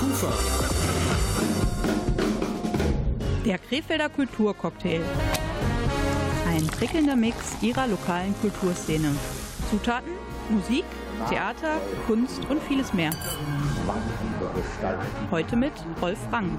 Kufa. Der Krefelder Kulturcocktail. Ein prickelnder Mix ihrer lokalen Kulturszene. Zutaten, Musik, Theater, Kunst und vieles mehr. Heute mit Rolf Rang.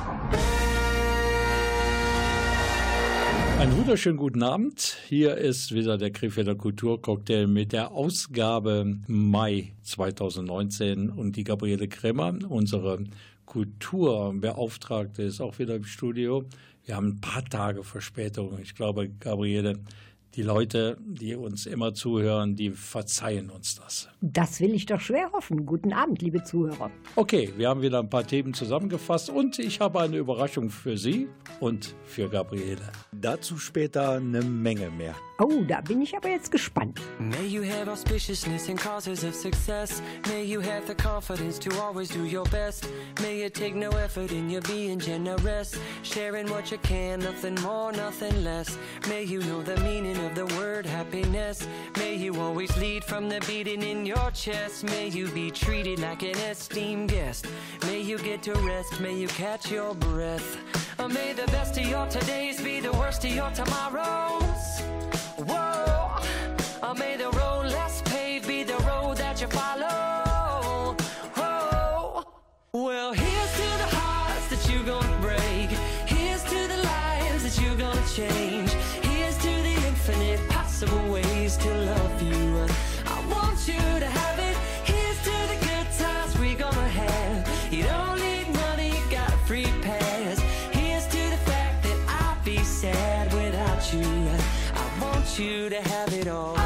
Einen wunderschönen guten Abend. Hier ist wieder der Krefelder Kulturcocktail mit der Ausgabe Mai 2019 und die Gabriele Krämer, unsere Kulturbeauftragte, ist auch wieder im Studio. Wir haben ein paar Tage Verspätung. Ich glaube, Gabriele, die Leute, die uns immer zuhören, die verzeihen uns das. Das will ich doch schwer hoffen. Guten Abend, liebe Zuhörer. Okay, wir haben wieder ein paar Themen zusammengefasst und ich habe eine Überraschung für Sie und für Gabriele. Dazu später eine Menge mehr. Oh, da bin ich aber jetzt gespannt. May you have auspiciousness and causes of success. May you have the confidence to always do your best. May you take no effort in your being generous. Sharing what you can, nothing more, nothing less. May you know the meaning of the word happiness. May you always lead from the beating in your chest. May you be treated like an esteemed guest. May you get to rest, may you catch your breath. May the best of your todays be the worst of your tomorrows. Whoa, may the road less paved be the road that you follow. Whoa, well, here's to the hearts that you're gonna break. Here's to the lives that you're gonna change. Here's to the infinite possible ways to love you. I want you to have it. Here's to the good times we're gonna have. You don't need money, you got a free pass. Here's to the fact that I'd be sad without you. I want you to have it all.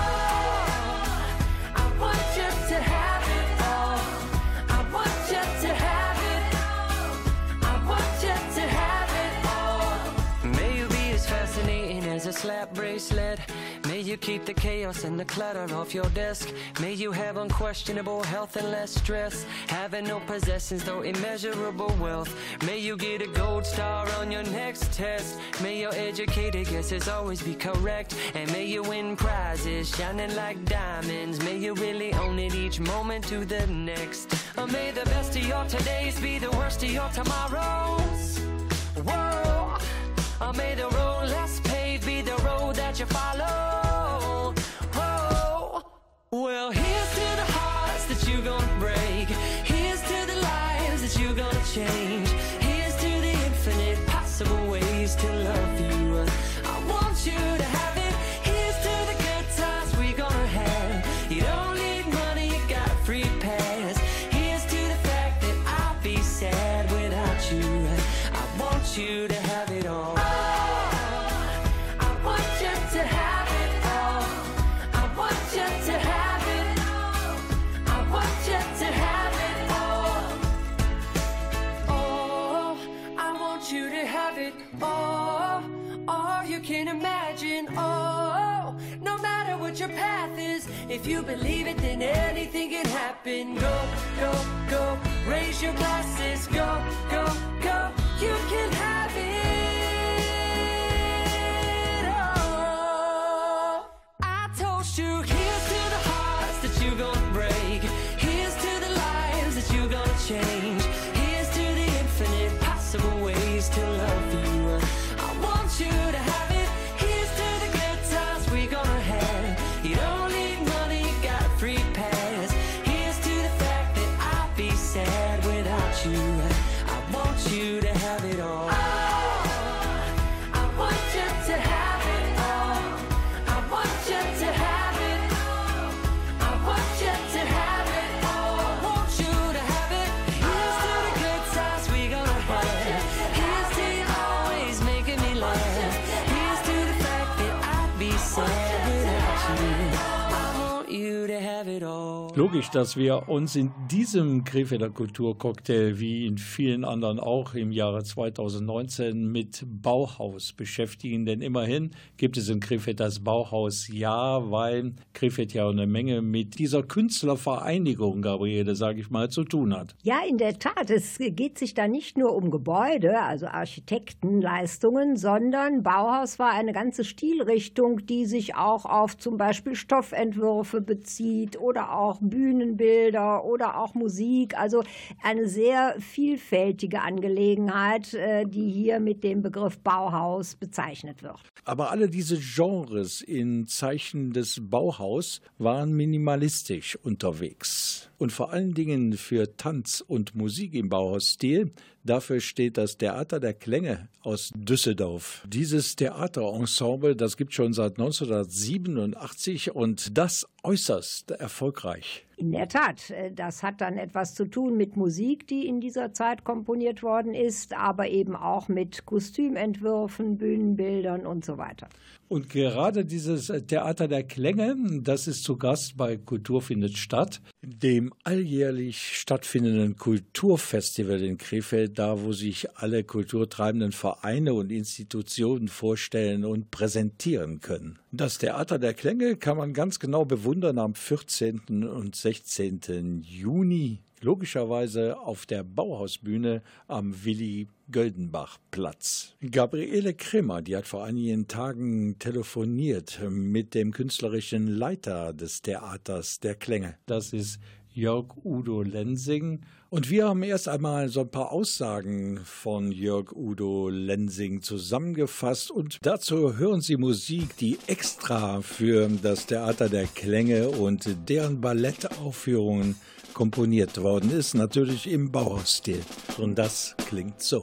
I want you to have it all. I want you to have it. I want you to have it all. May you be as fascinating as a slap bracelet. May you keep the chaos and the clutter off your desk. May you have unquestionable health and less stress. Having no possessions, though immeasurable wealth. May you get a gold star on your next test. May your educated guesses always be correct. And may you win prizes shining like diamonds. May you really own it each moment to the next. May the best of your todays be the worst of your tomorrows. Whoa, may the road less paved be the road that you follow. Whoa, well, here's to the hearts that you're gonna break. Here's to the lives that you're gonna change. Here's to the infinite possible ways to love you. I want you to have it. Here's to the good times we're gonna have. You don't need money, you got a free pass. Here's to the fact that I'll be sad without you. I want you to have it all. Can imagine, oh, no matter what your path is, if you believe it, then anything can happen. Go, go, go, raise your glasses. Go, go, go, you can have it all. I told you, here's to the hearts that you're gonna break. Here's to the lives that you're gonna change. Here's to the infinite possible ways to love you. I want you to have it. Logisch, dass wir uns in diesem Krefelder Kulturcocktail wie in vielen anderen auch im Jahre 2019 mit Bauhaus beschäftigen, denn immerhin gibt es in Krefeld das Bauhausjahr, weil Krefeld ja eine Menge mit dieser Künstlervereinigung, Gabriele, sage ich mal, zu tun hat. Ja, in der Tat, es geht sich da nicht nur um Gebäude, also Architektenleistungen, sondern Bauhaus war eine ganze Stilrichtung, die sich auch auf zum Beispiel Stoffentwürfe bezieht, Lied oder auch Bühnenbilder oder auch Musik. Also eine sehr vielfältige Angelegenheit, die hier mit dem Begriff Bauhaus bezeichnet wird. Aber alle diese Genres in Zeichen des Bauhaus waren minimalistisch unterwegs. Und vor allen Dingen für Tanz und Musik im Bauhausstil, dafür steht das Theater der Klänge aus Düsseldorf. Dieses Theaterensemble, das gibt es schon seit 1987 und das äußerst erfolgreich. In der Tat, das hat dann etwas zu tun mit Musik, die in dieser Zeit komponiert worden ist, aber eben auch mit Kostümentwürfen, Bühnenbildern und so weiter. Und gerade dieses Theater der Klänge, das ist zu Gast bei Kultur findet statt, dem alljährlich stattfindenden Kulturfestival in Krefeld, da wo sich alle kulturtreibenden Vereine und Institutionen vorstellen und präsentieren können. Das Theater der Klänge kann man ganz genau bewundern am 14. und 16. Juni, logischerweise auf der Bauhausbühne am Willi-Göldenbach-Platz. Gabriele Krimmer, die hat vor einigen Tagen telefoniert mit dem künstlerischen Leiter des Theaters der Klänge. Das ist Jörg Udo Lensing. Und wir haben erst einmal so ein paar Aussagen von Jörg Udo Lensing zusammengefasst. Und dazu hören Sie Musik, die extra für das Theater der Klänge und deren Ballettaufführungen komponiert worden ist, natürlich im Bauhausstil. Und das klingt so.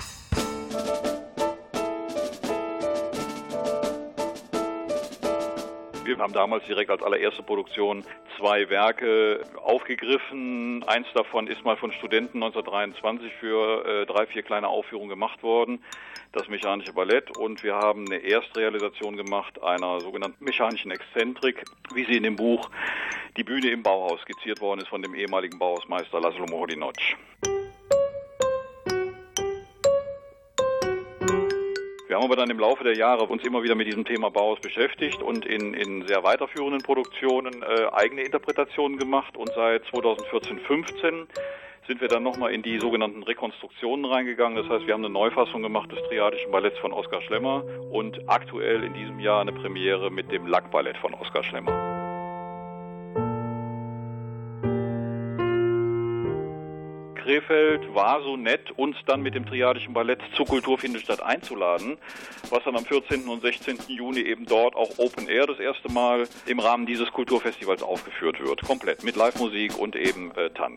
Wir haben damals direkt als allererste Produktion 2 Werke aufgegriffen. Eins davon ist mal von Studenten 1923 für 3-4 kleine Aufführungen gemacht worden, das Mechanische Ballett. Und wir haben eine Erstrealisation gemacht einer sogenannten mechanischen Exzentrik, wie sie in dem Buch Die Bühne im Bauhaus skizziert worden ist von dem ehemaligen Bauhausmeister Laszlo Moholy-Nagy. Wir haben aber dann im Laufe der Jahre uns immer wieder mit diesem Thema Bauhaus beschäftigt und in sehr weiterführenden Produktionen eigene Interpretationen gemacht. Und seit 2014/15 sind wir dann nochmal in die sogenannten Rekonstruktionen reingegangen. Das heißt, wir haben eine Neufassung gemacht des Triadischen Balletts von Oskar Schlemmer und aktuell in diesem Jahr eine Premiere mit dem Lackballett von Oskar Schlemmer. Krefeld war so nett, uns dann mit dem Triadischen Ballett zur Kultur findet statt einzuladen, was dann am 14. und 16. Juni eben dort auch Open Air das erste Mal im Rahmen dieses Kulturfestivals aufgeführt wird. Komplett mit Live-Musik und eben Tanz.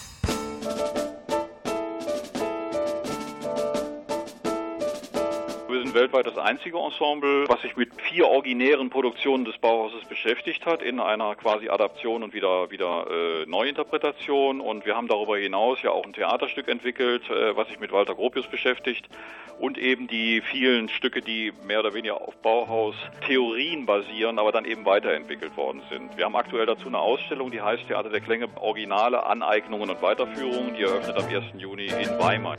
Wir sind weltweit das einzige Ensemble, was sich mit 4 originären Produktionen des Bauhauses beschäftigt hat, in einer quasi Adaption und wieder Neuinterpretation. Und wir haben darüber hinaus ja auch ein Theaterstück entwickelt, was sich mit Walter Gropius beschäftigt. Und eben die vielen Stücke, die mehr oder weniger auf Bauhaus-Theorien basieren, aber dann eben weiterentwickelt worden sind. Wir haben aktuell dazu eine Ausstellung, die heißt Theater der Klänge, Originale, Aneignungen und Weiterführungen. Die eröffnet am 1. Juni in Weimar.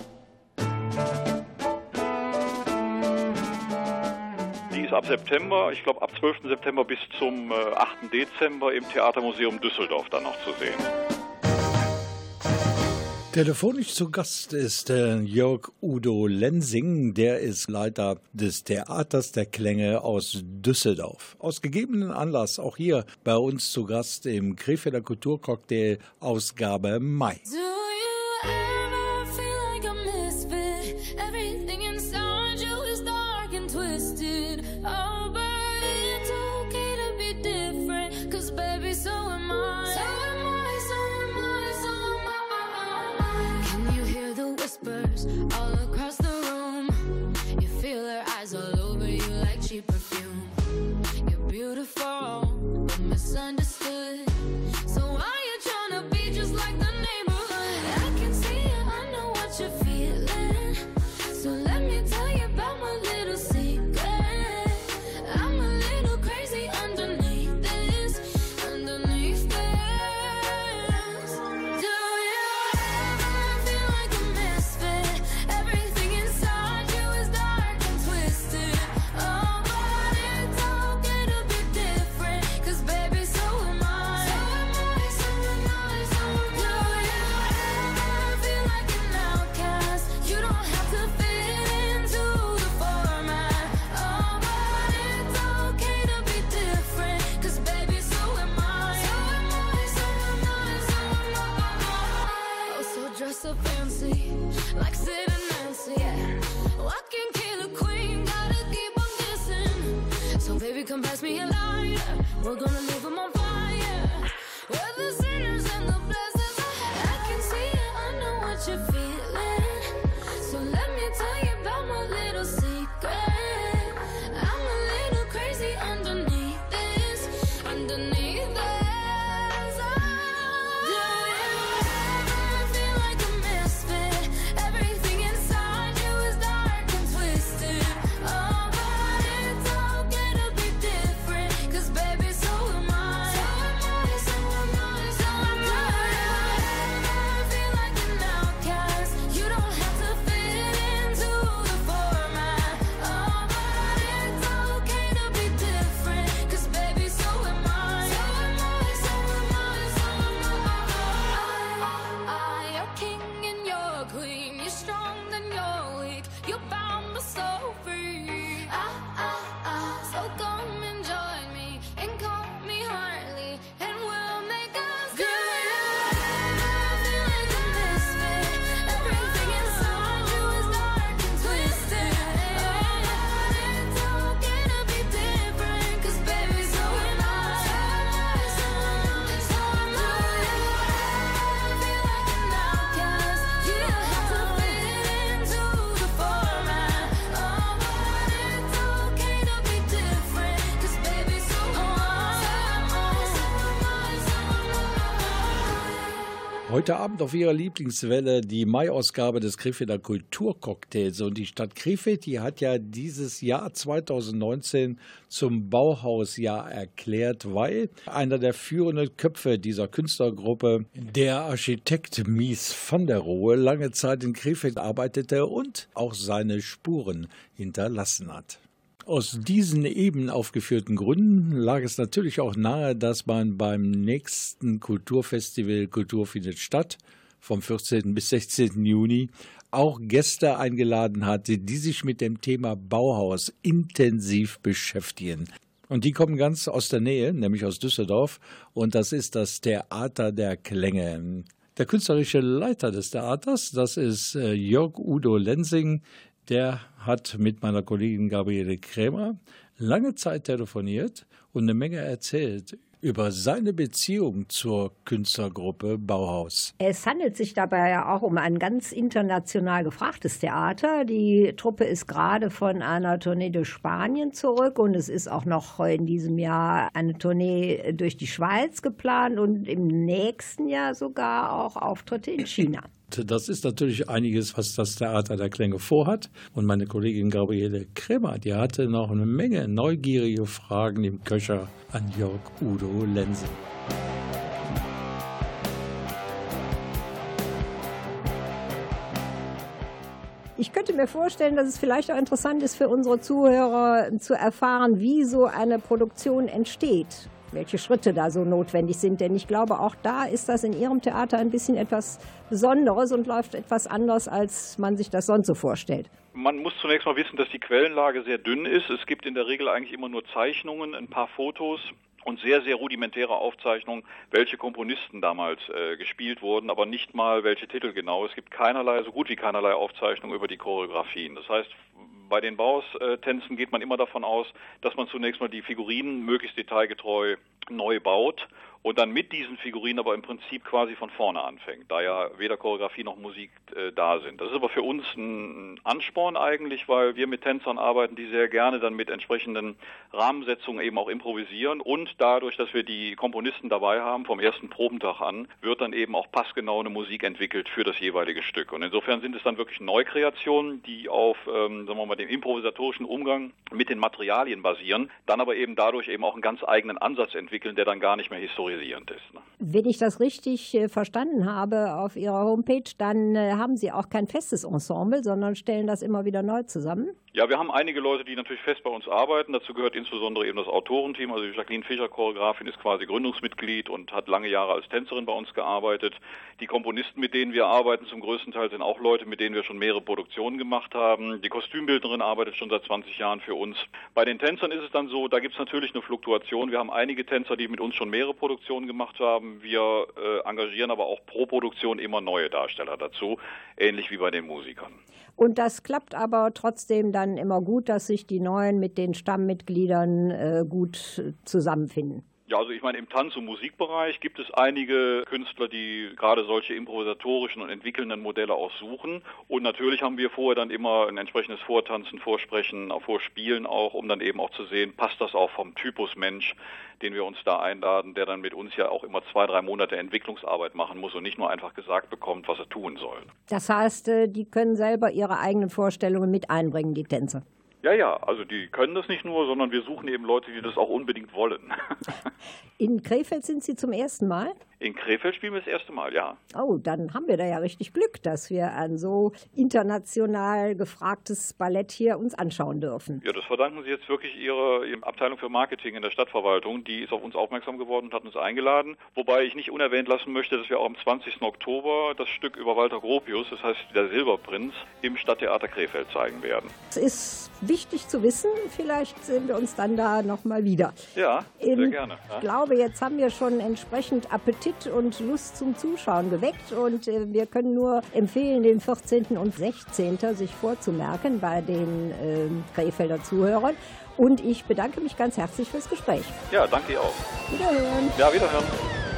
Die ist ab September, ich glaube ab 12. September bis zum 8. Dezember im Theatermuseum Düsseldorf dann noch zu sehen. Telefonisch zu Gast ist Jörg Udo Lensing, der ist Leiter des Theaters der Klänge aus Düsseldorf. Aus gegebenen Anlass auch hier bei uns zu Gast im Krefelder Kulturcocktail Ausgabe Mai. All across the room, you feel their eyes all over you like cheap perfume. You're beautiful, but misunderstood. So why you tryna be just like the neighborhood? come pass me a lighter. We're gonna leave them on fire. We're the sinners and the blessings. I can see it, I know what you're feeling. So let me tell you about my little secret. I'm a little crazy underneath this, underneath this. Do you ever feel like a misfit? Everything inside you is dark and twisted. Oh, but it's okay to be different, 'cause baby, so am I. So am I, so am I, so am I. Do you ever feel like an outcast? You don't have to fit into the format. Oh, but it's okay to be different, 'cause baby, so am I. So am I, so am I, so am I. You're king and you're queen. You're strong and you're weak. You're bound but so free. So come and join me and call me Harley, and we'll make us do it. Feel like a misfit. Everything inside you is dark and twisted. It's okay to be different, 'cause baby, so am I. So am I, so am I. Feel like an outcast. You don't have to fit into the format. Oh, but it's okay to be different, 'cause baby, so am I. So am I, so am I. Heute Abend auf Ihrer Lieblingswelle die Mai-Ausgabe des Krefelder Kulturcocktails. Und die Stadt Krefeld, die hat ja dieses Jahr 2019 zum Bauhausjahr erklärt, weil einer der führenden Köpfe dieser Künstlergruppe, der Architekt Mies van der Rohe, lange Zeit in Krefeld arbeitete und auch seine Spuren hinterlassen hat. Aus diesen eben aufgeführten Gründen lag es natürlich auch nahe, dass man beim nächsten Kulturfestival Kultur findet statt, vom 14. bis 16. Juni, auch Gäste eingeladen hat, die sich mit dem Thema Bauhaus intensiv beschäftigen. Und die kommen ganz aus der Nähe, nämlich aus Düsseldorf, und das ist das Theater der Klänge. Der künstlerische Leiter des Theaters, das ist Jörg Udo Lensing. Der hat mit meiner Kollegin Gabriele Krämer lange Zeit telefoniert und eine Menge erzählt über seine Beziehung zur Künstlergruppe Bauhaus. Es handelt sich dabei ja auch um ein ganz international gefragtes Theater. Die Truppe ist gerade von einer Tournee durch Spanien zurück und es ist auch noch in diesem Jahr eine Tournee durch die Schweiz geplant und im nächsten Jahr sogar auch Auftritte in China. Das ist natürlich einiges, was das Theater der Klänge vorhat. Und meine Kollegin Gabriele Krämer, die hatte noch eine Menge neugierige Fragen im Köcher an Jörg Udo Lensing. Ich könnte mir vorstellen, dass es vielleicht auch interessant ist für unsere Zuhörer zu erfahren, wie so eine Produktion entsteht. Welche Schritte da so notwendig sind. Denn ich glaube, auch da ist das in Ihrem Theater ein bisschen etwas Besonderes und läuft etwas anders, als man sich das sonst so vorstellt. Man muss zunächst mal wissen, dass die Quellenlage sehr dünn ist. Es gibt in der Regel eigentlich immer nur Zeichnungen, ein paar Fotos und sehr, sehr rudimentäre Aufzeichnungen, welche Komponisten damals gespielt wurden, aber nicht mal welche Titel genau. Es gibt keinerlei, so gut wie keinerlei Aufzeichnungen über die Choreografien. Das heißt, bei den Bauhaustänzen geht man immer davon aus, dass man zunächst mal die Figurinen möglichst detailgetreu neu baut und dann mit diesen Figurinen aber im Prinzip quasi von vorne anfängt, da ja weder Choreografie noch Musik da sind. Das ist aber für uns ein Ansporn eigentlich, weil wir mit Tänzern arbeiten, die sehr gerne dann mit entsprechenden Rahmensetzungen eben auch improvisieren und dadurch, dass wir die Komponisten dabei haben, vom ersten Probentag an, wird dann eben auch passgenau eine Musik entwickelt für das jeweilige Stück. Und insofern sind es dann wirklich Neukreationen, die auf, sagen wir mal, dem improvisatorischen Umgang mit den Materialien basieren, dann aber eben dadurch eben auch einen ganz eigenen Ansatz entwickeln, der dann gar nicht mehr historisierend ist. Ne? Wenn ich das richtig verstanden habe auf Ihrer Homepage, dann haben Sie auch kein festes Ensemble, sondern stellen das immer wieder neu zusammen? Ja, wir haben einige Leute, die natürlich fest bei uns arbeiten. Dazu gehört insbesondere eben das Autorenteam. Also Jacqueline Fischer, Choreografin, ist quasi Gründungsmitglied und hat lange Jahre als Tänzerin bei uns gearbeitet. Die Komponisten, mit denen wir arbeiten, zum größten Teil sind auch Leute, mit denen wir schon mehrere Produktionen gemacht haben. Die Kostümbildnerin arbeitet schon seit 20 Jahren für uns. Bei den Tänzern ist es dann so, da gibt es natürlich eine Fluktuation. Wir haben einige Tänzer, die mit uns schon mehrere Produktionen Produktionen gemacht haben. Wir engagieren aber auch pro Produktion immer neue Darsteller dazu, ähnlich wie bei den Musikern. Und das klappt aber trotzdem dann immer gut, dass sich die Neuen mit den Stammmitgliedern gut zusammenfinden. Ja, also ich meine, im Tanz- und Musikbereich gibt es einige Künstler, die gerade solche improvisatorischen und entwickelnden Modelle auch suchen. Und natürlich haben wir vorher dann immer ein entsprechendes Vortanzen, Vorsprechen, Vorspielen auch, um dann eben auch zu sehen, passt das auch vom Typus Mensch, den wir uns da einladen, der dann mit uns ja auch immer 2-3 Monate Entwicklungsarbeit machen muss und nicht nur einfach gesagt bekommt, was er tun soll. Das heißt, die können selber ihre eigenen Vorstellungen mit einbringen, die Tänzer. Ja, also die können das nicht nur, sondern wir suchen eben Leute, die das auch unbedingt wollen. In Krefeld sind Sie zum ersten Mal? In Krefeld spielen wir das erste Mal, ja. Oh, dann haben wir da ja richtig Glück, dass wir ein so international gefragtes Ballett hier uns anschauen dürfen. Ja, das verdanken Sie jetzt wirklich Ihrer Abteilung für Marketing in der Stadtverwaltung. Die ist auf uns aufmerksam geworden und hat uns eingeladen. Wobei ich nicht unerwähnt lassen möchte, dass wir auch am 20. Oktober das Stück über Walter Gropius, das heißt Der Silberprinz, im Stadttheater Krefeld zeigen werden. Es ist wichtig zu wissen, vielleicht sehen wir uns dann da nochmal wieder. Ja, sehr gerne. Ich glaube, jetzt haben wir schon entsprechend Appetit und Lust zum Zuschauen geweckt und wir können nur empfehlen, den 14. und 16. sich vorzumerken bei den Krefelder Zuhörern. Und ich bedanke mich ganz herzlich fürs Gespräch. Ja, danke auch. Wiederhören. Ja, wiederhören.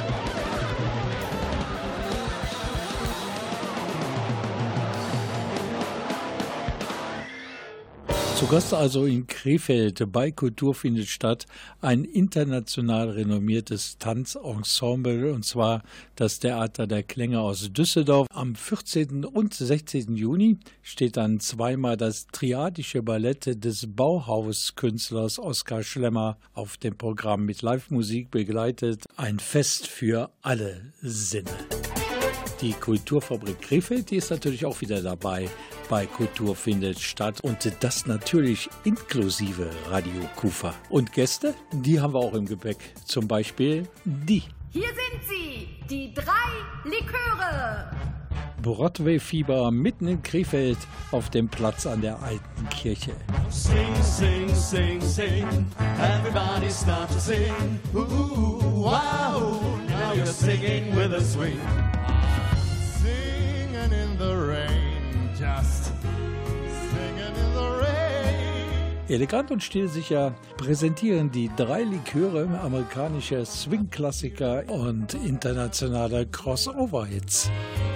Zu Gast also in Krefeld bei Kultur findet statt ein international renommiertes Tanzensemble, und zwar das Theater der Klänge aus Düsseldorf. Am 14. und 16. Juni steht dann zweimal das triadische Ballett des Bauhauskünstlers Oskar Schlemmer auf dem Programm mit Live-Musik begleitet. Ein Fest für alle Sinne. Die Kulturfabrik Krefeld, die ist natürlich auch wieder dabei bei Kultur findet statt, und das natürlich inklusive Radio Kufa. Und Gäste, die haben wir auch im Gepäck, zum Beispiel die. Hier sind sie, die 3 Liköre. Broadway-Fieber mitten in Krefeld auf dem Platz an der alten Kirche. Sing, sing, sing, sing, everybody start to sing. Ooh, wow, now you're singing with a swing. Singing in the rain, just singing in the rain. Elegant und stilsicher präsentieren die 3 Liköre amerikanischer Swing-Klassiker und internationaler Crossover-Hits.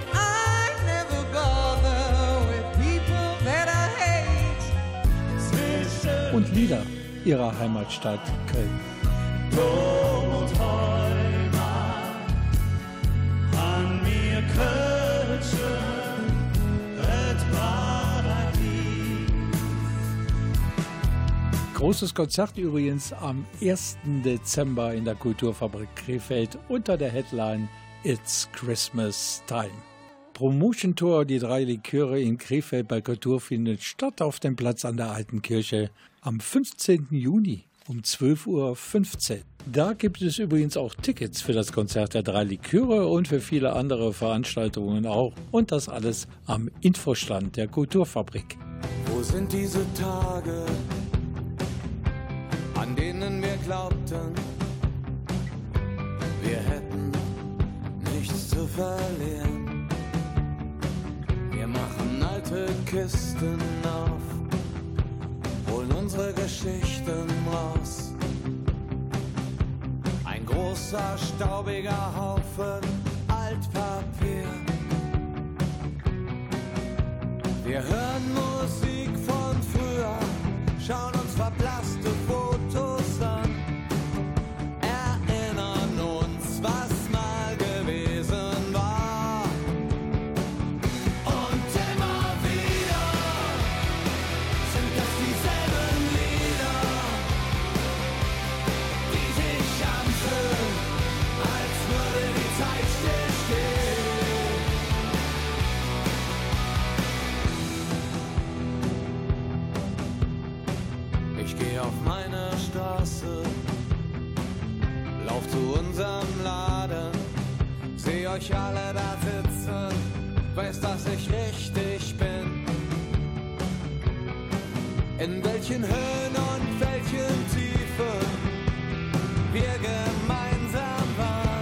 Und Lieder ihrer Heimatstadt Köln. Kommt Heimat, an mir Kölschen, et Paradies. Großes Konzert übrigens am 1. Dezember in der Kulturfabrik Krefeld unter der Headline It's Christmas Time. Promotion-Tour, die 3 Liköre in Krefeld bei Kultur findet statt auf dem Platz an der alten Kirche am 15. Juni um 12:15 Uhr. Da gibt es übrigens auch Tickets für das Konzert der 3 Liköre und für viele andere Veranstaltungen auch. Und das alles am Infostand der Kulturfabrik. Wo sind diese Tage, an denen wir glaubten, wir hätten nichts zu verlieren? Wir machen alte Kisten auf, holen unsere Geschichten raus. Ein großer, staubiger Haufen Altpapier. Wir hören Musik von früher, schauen uns verblasste Fotos an, erinnern uns, was mal gewesen war. Und immer wieder sind das dieselben Lieder, die sich anfühlen, als würde die Zeit stillstehen. Ich geh auf meine Straße, lauf zu unserem Laden, seh euch alle da sitzen, weiß, dass ich richtig bin. In welchen Höhen und welchen Tiefen wir gemeinsam waren.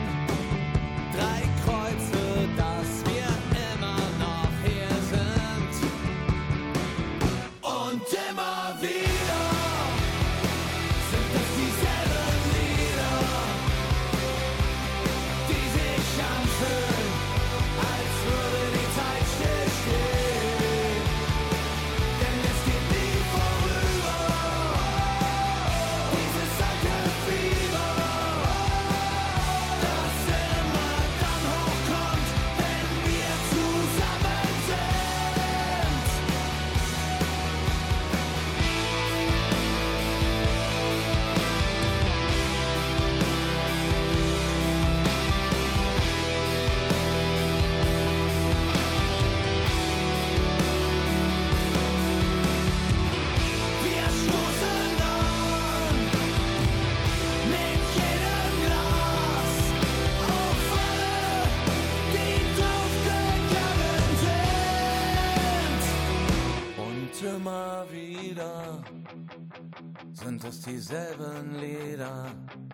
fast dieselben Lieder,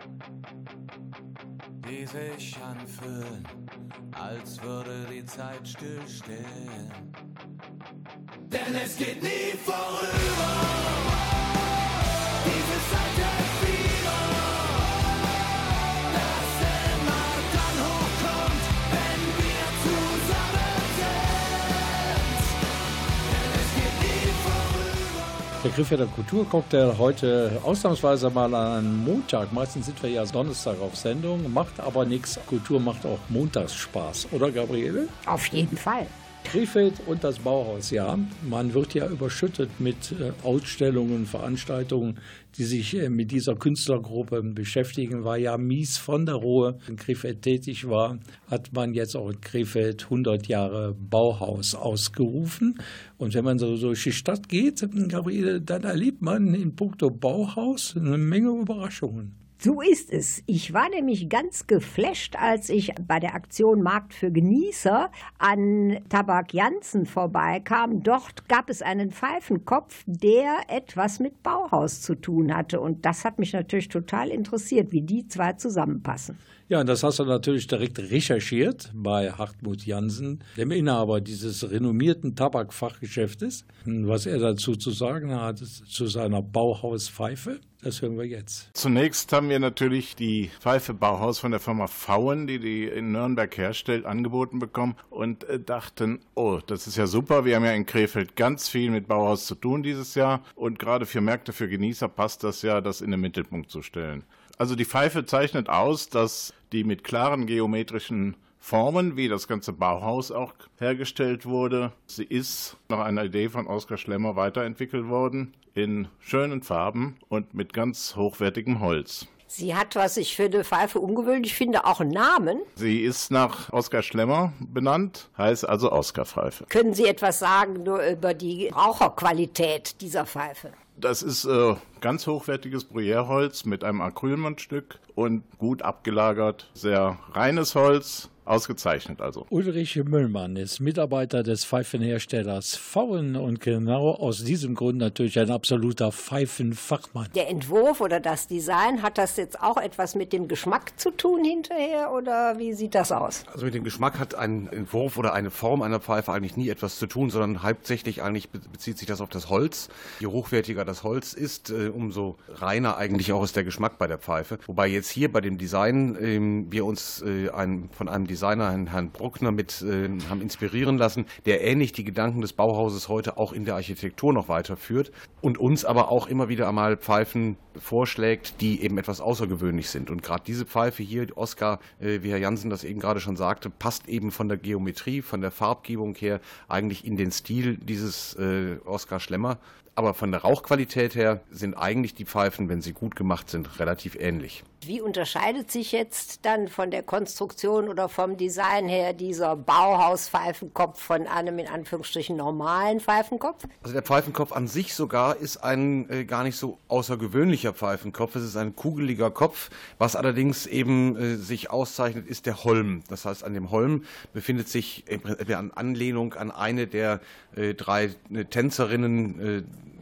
die sich anfühlen, als würde die Zeit stillstehen. Denn es geht nie vorüber, dieses alte Fieber, das immer dann hochkommt, wenn wir zusammen sind. Denn es geht nie vorüber. Der Krefelder Kulturcocktail heute ausnahmsweise mal an einem Montag. Meistens sind wir ja Donnerstag auf Sendung, macht aber nichts. Kultur macht auch montags Spaß, oder Gabriele? Auf jeden Fall. Krefeld und das Bauhaus, ja. Man wird ja überschüttet mit Ausstellungen, Veranstaltungen, die sich mit dieser Künstlergruppe beschäftigen. War ja Mies von der Rohe in Krefeld tätig war, hat man jetzt auch in Krefeld 100 Jahre Bauhaus ausgerufen. Und wenn man so durch die Stadt geht, Gabriele, dann erlebt man in puncto Bauhaus eine Menge Überraschungen. So ist es. Ich war nämlich ganz geflasht, als ich bei der Aktion Markt für Genießer an Tabak Jansen vorbeikam. Dort gab es einen Pfeifenkopf, der etwas mit Bauhaus zu tun hatte. Und das hat mich natürlich total interessiert, wie die zwei zusammenpassen. Ja, und das hast du natürlich direkt recherchiert bei Hartmut Jansen, dem Inhaber dieses renommierten Tabakfachgeschäftes. Was er dazu zu sagen hat, zu seiner Bauhauspfeife, das hören wir jetzt. Zunächst haben wir natürlich die Pfeife Bauhaus von der Firma Pfauen, die in Nürnberg herstellt, angeboten bekommen und dachten, oh, das ist ja super, wir haben ja in Krefeld ganz viel mit Bauhaus zu tun dieses Jahr und gerade für Märkte, für Genießer passt das ja, das in den Mittelpunkt zu stellen. Also die Pfeife zeichnet aus, dass die mit klaren geometrischen Formen, wie das ganze Bauhaus auch hergestellt wurde. Sie ist nach einer Idee von Oskar Schlemmer weiterentwickelt worden, in schönen Farben und mit ganz hochwertigem Holz. Sie hat, was ich für eine Pfeife ungewöhnlich finde, auch einen Namen. Sie ist nach Oskar Schlemmer benannt, heißt also Oskar-Pfeife. Können Sie etwas sagen nur über die Raucherqualität dieser Pfeife? Das ist ganz hochwertiges Bruyère-Holz mit einem Acrylmundstück und gut abgelagert, sehr reines Holz. Ausgezeichnet also. Ulrich Müllmann ist Mitarbeiter des Pfeifenherstellers Pfauen und genau aus diesem Grund natürlich ein absoluter Pfeifenfachmann. Der Entwurf oder das Design, hat das jetzt auch etwas mit dem Geschmack zu tun hinterher oder wie sieht das aus? Also mit dem Geschmack hat ein Entwurf oder eine Form einer Pfeife eigentlich nie etwas zu tun, sondern hauptsächlich eigentlich bezieht sich das auf das Holz. Je hochwertiger das Holz ist, umso reiner eigentlich auch ist der Geschmack bei der Pfeife. Wobei jetzt hier bei dem Design wir uns von einem Designer, Herrn Bruckner, haben inspirieren lassen, der ähnlich die Gedanken des Bauhauses heute auch in der Architektur noch weiterführt und uns aber auch immer wieder einmal Pfeifen vorschlägt, die eben etwas außergewöhnlich sind. Und gerade diese Pfeife hier, Oskar, wie Herr Jansen das eben gerade schon sagte, passt eben von der Geometrie, von der Farbgebung her eigentlich in den Stil dieses Oskar Schlemmer. Aber von der Rauchqualität her sind eigentlich die Pfeifen, wenn sie gut gemacht sind, relativ ähnlich. Wie unterscheidet sich jetzt dann von der Konstruktion oder vom Design her dieser Bauhaus-Pfeifenkopf von einem in Anführungsstrichen normalen Pfeifenkopf? Also der Pfeifenkopf an sich sogar ist ein gar nicht so außergewöhnlicher Pfeifenkopf. Es ist ein kugeliger Kopf. Was allerdings eben sich auszeichnet, ist der Holm. Das heißt, an dem Holm befindet sich in Anlehnung an eine der 3 Tänzerinnen,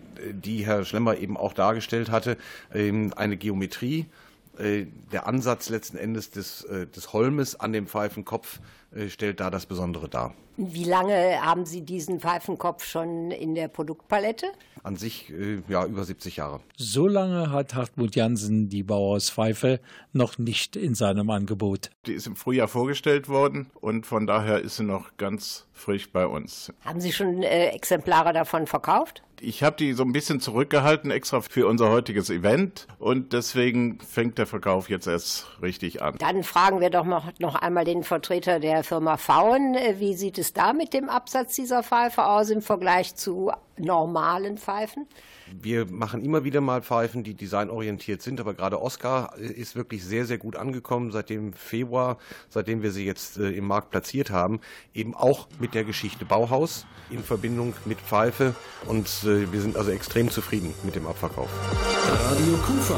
die Herr Schlemmer eben auch dargestellt hatte, eine Geometrie. Der Ansatz letzten Endes des Holmes an dem Pfeifenkopf stellt da das Besondere dar. Wie lange haben Sie diesen Pfeifenkopf schon in der Produktpalette? An sich über 70 Jahre. So lange hat Hartmut Jansen die Bauhauspfeife noch nicht in seinem Angebot. Die ist im Frühjahr vorgestellt worden und von daher ist sie noch ganz frisch bei uns. Haben Sie schon Exemplare davon verkauft? Ich habe die so ein bisschen zurückgehalten, extra für unser heutiges Event und deswegen fängt der Verkauf jetzt erst richtig an. Dann fragen wir doch noch einmal den Vertreter der Firma Pfauen. Wie sieht es da mit dem Absatz dieser Pfeife aus im Vergleich zu normalen Pfeifen? Wir machen immer wieder mal Pfeifen, die designorientiert sind, aber gerade Oskar ist wirklich sehr, sehr gut angekommen seit dem Februar, seitdem wir sie jetzt im Markt platziert haben, eben auch mit der Geschichte Bauhaus in Verbindung mit Pfeife und wir sind also extrem zufrieden mit dem Abverkauf. Radio Kufa.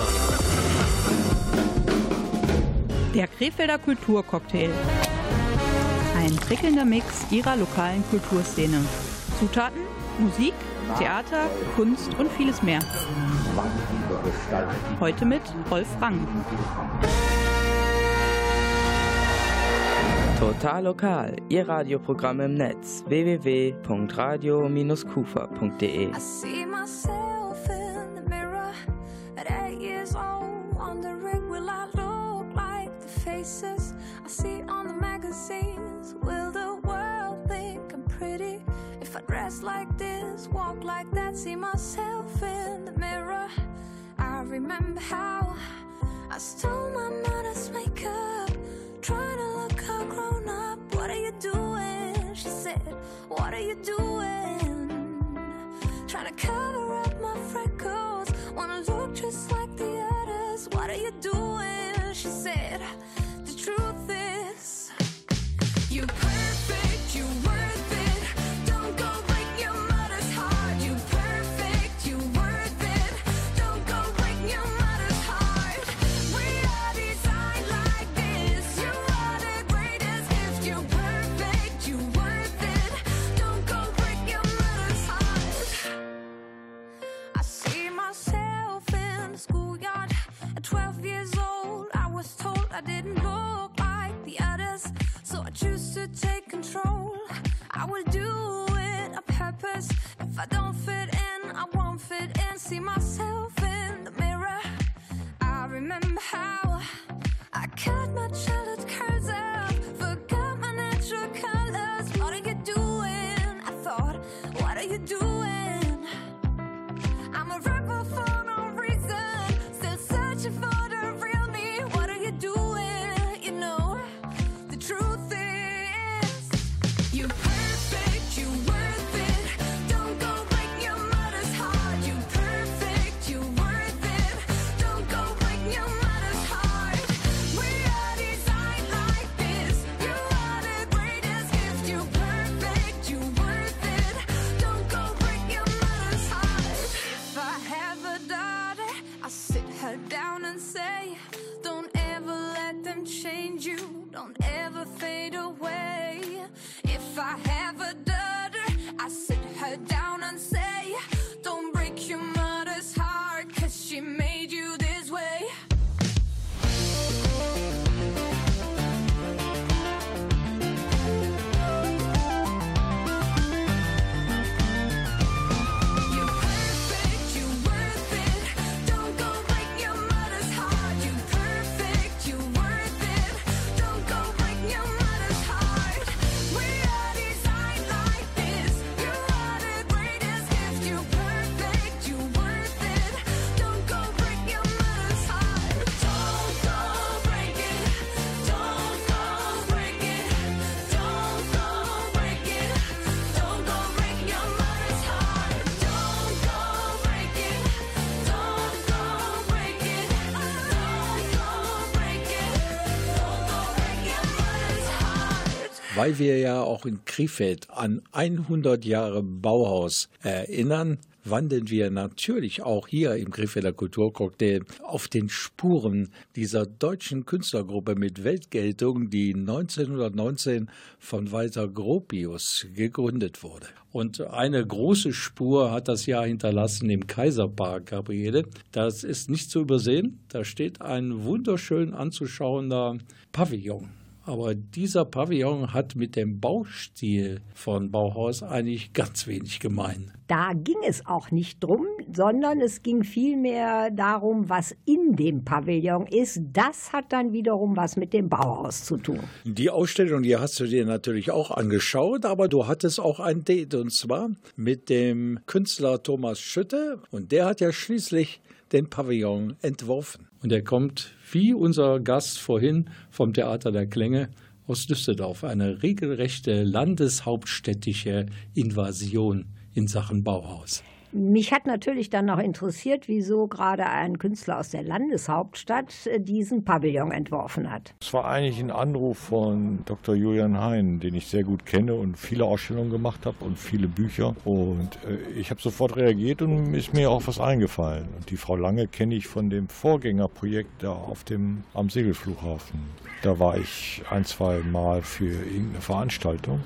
Der Krefelder Kulturcocktail. Ein prickelnder Mix ihrer lokalen Kulturszene. Zutaten, Musik, Theater, Kunst und vieles mehr. Heute mit Rolf Rang. Total lokal, Ihr Radioprogramm im Netz www.radio-kufa.de. I see myself in the mirror at 8 years old, wondering will I look like the faces I see on the magazines? Will the world think I'm pretty if I dress like this, walk like that? See myself in the mirror. I remember how I stole my mother's makeup, trying to look all grown up. What are you doing? She said, what are you doing? Trying to cover up my freckles, wanna look just like the others. What are you doing? She said, the truth is, you perfect, you worth it. Don't go break your mother's heart. You perfect, you worth it. Don't go break your mother's heart. We are designed like this. You are the greatest gift. You perfect, you worth it. Don't go break your mother's heart. I see myself in the schoolyard at 12 years old. I was told I didn't look like the others, so I choose to take control. I will do it on purpose. If I don't fit in, I won't fit in. See myself in the mirror. I remember how I cut my childhood curls up, forgot my natural colors. What are you doing? I thought, what are you doing? I'm a rebel for no reason, still searching for the real me. What are you doing? You know, the truth is, you perfect, you worth it. Don't go break your mother's heart. You perfect, you worth it. Don't go break your mother's heart. We are designed like this. You are the greatest gift. You perfect, you worth it. Don't go break your mother's heart. If I have a daughter, I'll sit her down and say, don't ever let them change you. Don't ever fade away. If I have a daughter, I sit her down and say, don't break your mother's heart, 'cause she made you this way. You perfect, you worth it. Don't go break your mother's heart. You perfect, you worth it. Don't go break your mother's heart. We are designed like this. You are the greatest gift. You perfect, you worth it. Don't go break your mother's heart. Don't go break it. Don't go break it. Don't go break it. Don't go break your mother's heart. Don't go break it. Don't go break it. Don't go break it. Don't go break your mother's heart. Weil wir ja auch in Krefeld an 100 Jahre Bauhaus erinnern, wandeln wir natürlich auch hier im Krefelder Kulturcocktail auf den Spuren dieser deutschen Künstlergruppe mit Weltgeltung, die 1919 von Walter Gropius gegründet wurde. Und eine große Spur hat das Jahr hinterlassen im Kaiserpark, Gabriele. Das ist nicht zu übersehen. Da steht ein wunderschön anzuschauender Pavillon. Aber dieser Pavillon hat mit dem Baustil von Bauhaus eigentlich ganz wenig gemein. Da ging es auch nicht drum, sondern es ging vielmehr darum, was in dem Pavillon ist. Das hat dann wiederum was mit dem Bauhaus zu tun. Die Ausstellung, die hast du dir natürlich auch angeschaut, aber du hattest auch ein Date, und zwar mit dem Künstler Thomas Schütte. Und der hat ja schließlich den Pavillon entworfen. Und er kommt, wie unser Gast vorhin vom Theater der Klänge, aus Düsseldorf. Eine regelrechte landeshauptstädtische Invasion in Sachen Bauhaus. Mich hat natürlich dann noch interessiert, wieso gerade ein Künstler aus der Landeshauptstadt diesen Pavillon entworfen hat. Es war eigentlich ein Anruf von Dr. Julian Hein, den ich sehr gut kenne und viele Ausstellungen gemacht habe und viele Bücher. Und ich habe sofort reagiert und ist mir auch was eingefallen. Und die Frau Lange kenne ich von dem Vorgängerprojekt da am Segelflughafen. Da war ich 1-2 Mal für irgendeine Veranstaltung.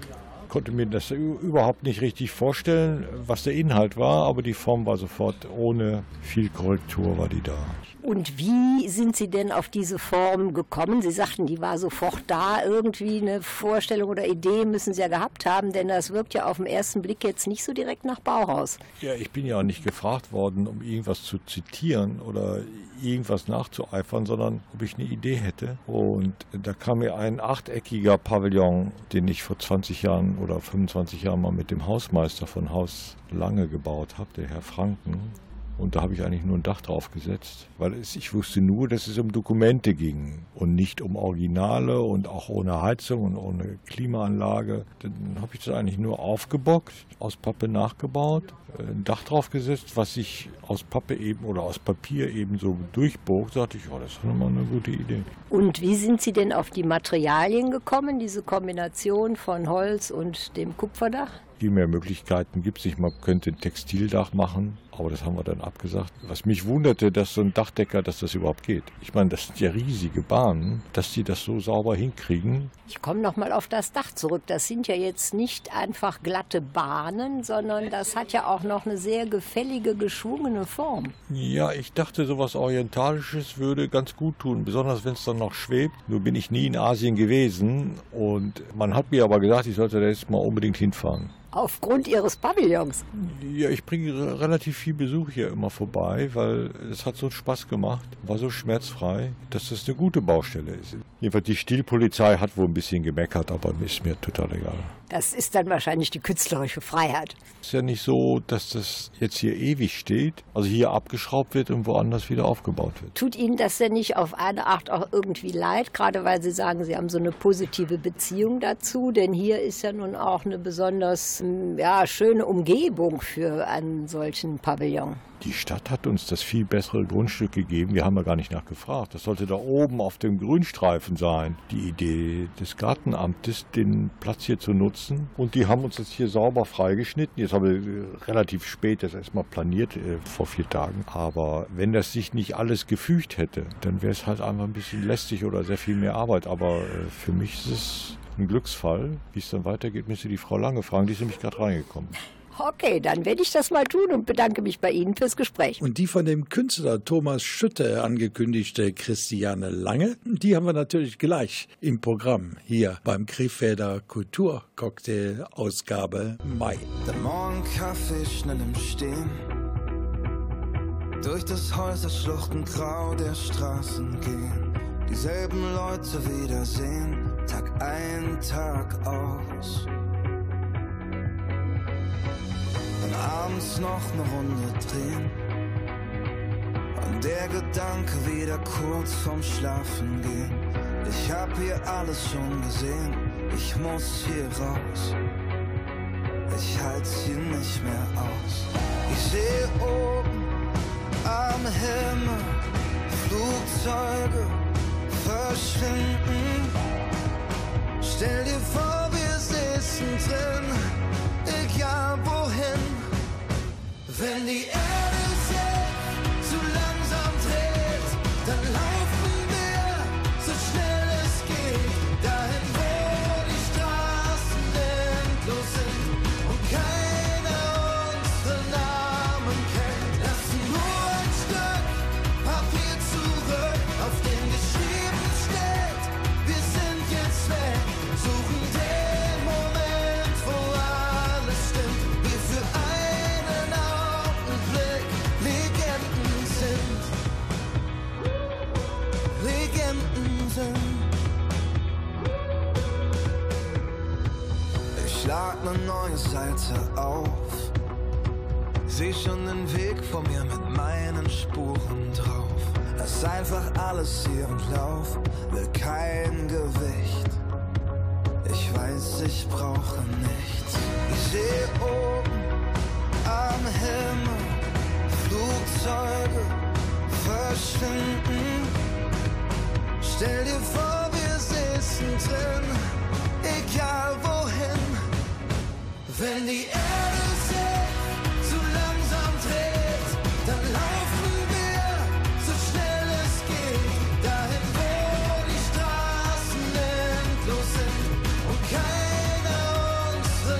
konnte mir das überhaupt nicht richtig vorstellen, was der Inhalt war, aber die Form war sofort, ohne viel Korrektur war die da. Und wie sind Sie denn auf diese Form gekommen? Sie sagten, die war sofort da. Irgendwie eine Vorstellung oder Idee müssen Sie ja gehabt haben, denn das wirkt ja auf den ersten Blick jetzt nicht so direkt nach Bauhaus. Ja, ich bin ja auch nicht gefragt worden, um irgendwas zu zitieren oder irgendwas nachzueifern, sondern ob ich eine Idee hätte. Und da kam mir ein achteckiger Pavillon, den ich vor 20 Jahren oder 25 Jahren mal mit dem Hausmeister von Haus Lange gebaut habe, der Herr Franken. Und da habe ich eigentlich nur ein Dach drauf gesetzt, weil ich wusste nur, dass es um Dokumente ging und nicht um Originale und auch ohne Heizung und ohne Klimaanlage. Dann habe ich das eigentlich nur aufgebockt, aus Pappe nachgebaut, ein Dach drauf gesetzt, was sich aus Pappe eben oder aus Papier eben so durchbog. Da dachte ich, oh, das ist nochmal eine gute Idee. Und wie sind Sie denn auf die Materialien gekommen, diese Kombination von Holz und dem Kupferdach? Viel mehr Möglichkeiten gibt es nicht. Man könnte ein Textildach machen, aber das haben wir dann abgesagt. Was mich wunderte, dass so ein Dachdecker, dass das überhaupt geht. Ich meine, das sind ja riesige Bahnen, dass die das so sauber hinkriegen. Ich komme noch mal auf das Dach zurück. Das sind ja jetzt nicht einfach glatte Bahnen, sondern das hat ja auch noch eine sehr gefällige, geschwungene Form. Ja, ich dachte, sowas Orientalisches würde ganz gut tun, besonders wenn es dann noch schwebt. Nur bin ich nie in Asien gewesen und man hat mir aber gesagt, ich sollte da jetzt mal unbedingt hinfahren. Aufgrund Ihres Pavillons? Ja, ich bringe relativ viel Besuch hier immer vorbei, weil es hat so Spaß gemacht, war so schmerzfrei, dass das eine gute Baustelle ist. Jedenfalls die Stilpolizei hat wohl ein bisschen gemeckert, aber ist mir total egal. Das ist dann wahrscheinlich die künstlerische Freiheit. Es ist ja nicht so, dass das jetzt hier ewig steht, also hier abgeschraubt wird und woanders wieder aufgebaut wird. Tut Ihnen das denn nicht auf eine Art auch irgendwie leid, gerade weil Sie sagen, Sie haben so eine positive Beziehung dazu? Denn hier ist ja nun auch eine besonders schöne Umgebung für einen solchen Pavillon. Die Stadt hat uns das viel bessere Grundstück gegeben. Wir haben ja gar nicht nachgefragt. Das sollte da oben auf dem Grünstreifen sein. Die Idee des Gartenamtes, den Platz hier zu nutzen. Und die haben uns das hier sauber freigeschnitten. Jetzt haben wir relativ spät das erstmal planiert, vor 4 Tagen. Aber wenn das sich nicht alles gefügt hätte, dann wäre es halt einfach ein bisschen lästig oder sehr viel mehr Arbeit. Aber für mich ist es ein Glücksfall. Wie es dann weitergeht, müsste die Frau Lange fragen. Die ist nämlich gerade reingekommen. Okay, dann werde ich das mal tun und bedanke mich bei Ihnen fürs Gespräch. Und die von dem Künstler Thomas Schütte angekündigte Christiane Lange, die haben wir natürlich gleich im Programm hier beim Krefelder Kulturcocktail Ausgabe Mai. Der Morgenkaffee schnell im Stehen, durch das Häuserschluchtengrau der Straßen gehen, dieselben Leute wiedersehen, Tag ein, Tag aus. Dann abends noch eine Runde drehen und der Gedanke wieder kurz vorm Schlafen gehen. Ich hab hier alles schon gesehen, ich muss hier raus, ich halt's hier nicht mehr aus. Ich sehe oben am Himmel Flugzeuge verschwinden. Stell dir vor, wir sitzen drin, egal wohin. Wenn die Erde sich zu langsam dreht, dann laufen wir so schnell es geht, dahin wo die Straßen endlos sind und keiner unsere Namen kennt. Lassen nur ein Stück Papier zurück, auf dem geschrieben steht, wir sind jetzt weg, suchen den Moment, wo alles stimmt, wir für einen Augenblick Legenden sind. Legenden sind. Ich schlag ne neue Seite auf, seh schon den Weg vor mir mit meinen Spuren drauf. Lass einfach alles hier und lauf, will kein Gewicht. Ich weiß, ich brauche nichts. Ich seh oben am Himmel Flugzeuge verschwinden. Stell dir vor, wir sitzen drin, egal wohin. Wenn die Erde sich zu langsam dreht, dann laufen wir so schnell es geht, dahin wo die Straßen endlos sind und keiner unsere